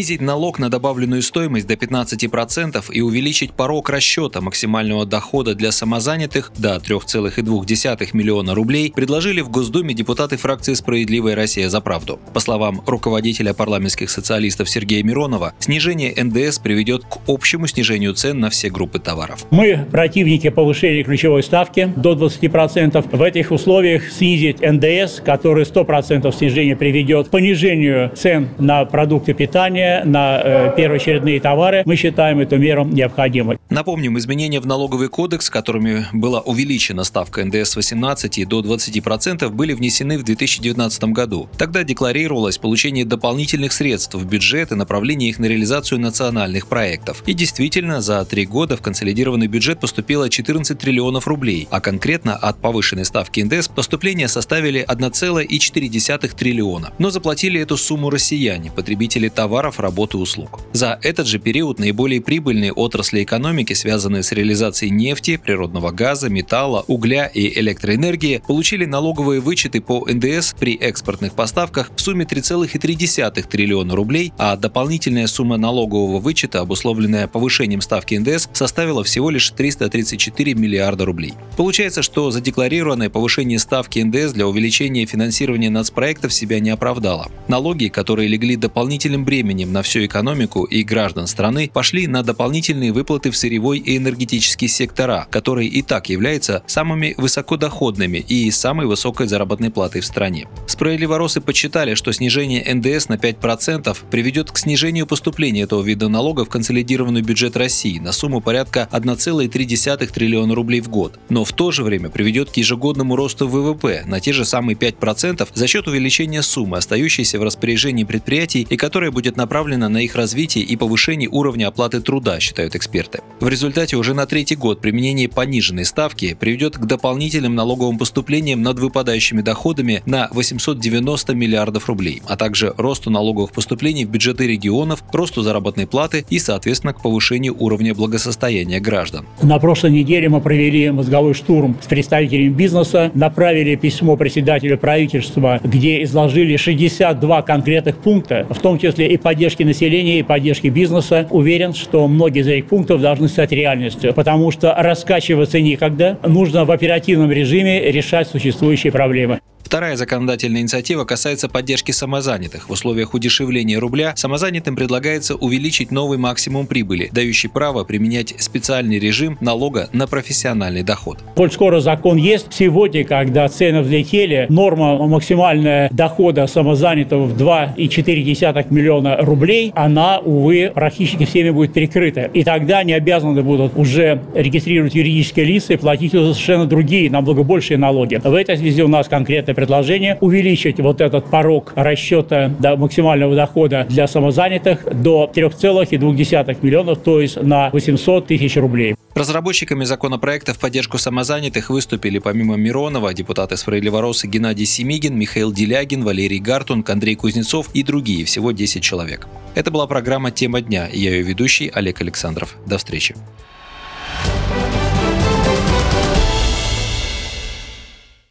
снизить налог на добавленную стоимость до 15% и увеличить порог расчета максимального дохода для самозанятых до 3,2 миллиона рублей предложили в Госдуме депутаты фракции «Справедливая Россия за правду». По словам руководителя парламентских социалистов Сергея Миронова, снижение НДС приведет к общему снижению цен на все группы товаров. Мы противники повышения ключевой ставки до 20%. В этих условиях снизить НДС, который 100% снижения приведет к понижению цен на продукты питания, на первоочередные товары, мы считаем эту меру необходимой. Напомним, изменения в налоговый кодекс, которыми была увеличена ставка НДС с 18 до 20%, были внесены в 2019 году. Тогда декларировалось получение дополнительных средств в бюджет и направление их на реализацию национальных проектов. И действительно, за 3 года в консолидированный бюджет поступило 14 триллионов рублей, а конкретно от повышенной ставки НДС поступления составили 1,4 триллиона. Но заплатили эту сумму россияне, потребители товаров, работ и услуг. За этот же период наиболее прибыльные отрасли экономики, связанные с реализацией нефти, природного газа, металла, угля и электроэнергии, получили налоговые вычеты по НДС при экспортных поставках в сумме 3,3 триллиона рублей, а дополнительная сумма налогового вычета, обусловленная повышением ставки НДС, составила всего лишь 334 миллиарда рублей. Получается, что задекларированное повышение ставки НДС для увеличения финансирования нацпроектов себя не оправдало. Налоги, которые легли дополнительным бременем на всю экономику и граждан страны, пошли на дополнительные выплаты в сырьевой и энергетический сектора, которые и так являются самыми высокодоходными и самой высокой заработной платой в стране. Справедливоросы подсчитали, что снижение НДС на 5% приведет к снижению поступления этого вида налога в консолидированный бюджет России на сумму порядка 1,3 триллиона рублей в год, но в то же время приведет к ежегодному росту ВВП на те же самые 5% за счет увеличения суммы, остающейся в распоряжении предприятий и которая будет направлена на их развитие и повышение уровня оплаты труда, считают эксперты. В результате уже на 3-й год применение пониженной ставки приведет к дополнительным налоговым поступлениям над выпадающими доходами на 890 миллиардов рублей, а также росту налоговых поступлений в бюджеты регионов, росту заработной платы и, соответственно, к повышению уровня благосостояния граждан. На прошлой неделе мы провели мозговой штурм с представителями бизнеса, направили письмо председателю правительства, где изложили 62 конкретных пункта, в том числе и поддержки населения, и поддержки бизнеса. Уверен, что многие из этих пунктов должны стать реальностью, потому что раскачиваться некогда, нужно в оперативном режиме решать существующие проблемы. Вторая законодательная инициатива касается поддержки самозанятых. В условиях удешевления рубля самозанятым предлагается увеличить новый максимум прибыли, дающий право применять специальный режим налога на профессиональный доход. Коль скоро закон есть, сегодня, когда цены взлетели, норма максимального дохода самозанятого в 2,4 миллиона рублей, она, увы, практически всеми будет перекрыта. И тогда они обязаны будут уже регистрировать юридические лица и платить уже совершенно другие, намного большие налоги. В этой связи у нас конкретно предложение увеличить вот этот порог расчета до максимального дохода для самозанятых до 3,2 миллионов, то есть на 800 тысяч рублей. Разработчиками законопроекта в поддержку самозанятых выступили помимо Миронова депутаты «Справедливоросы» Геннадий Семигин, Михаил Делягин, Валерий Гартунг, Андрей Кузнецов и другие, всего 10 человек. Это была программа «Тема дня», и я ее ведущий Олег Александров. До встречи.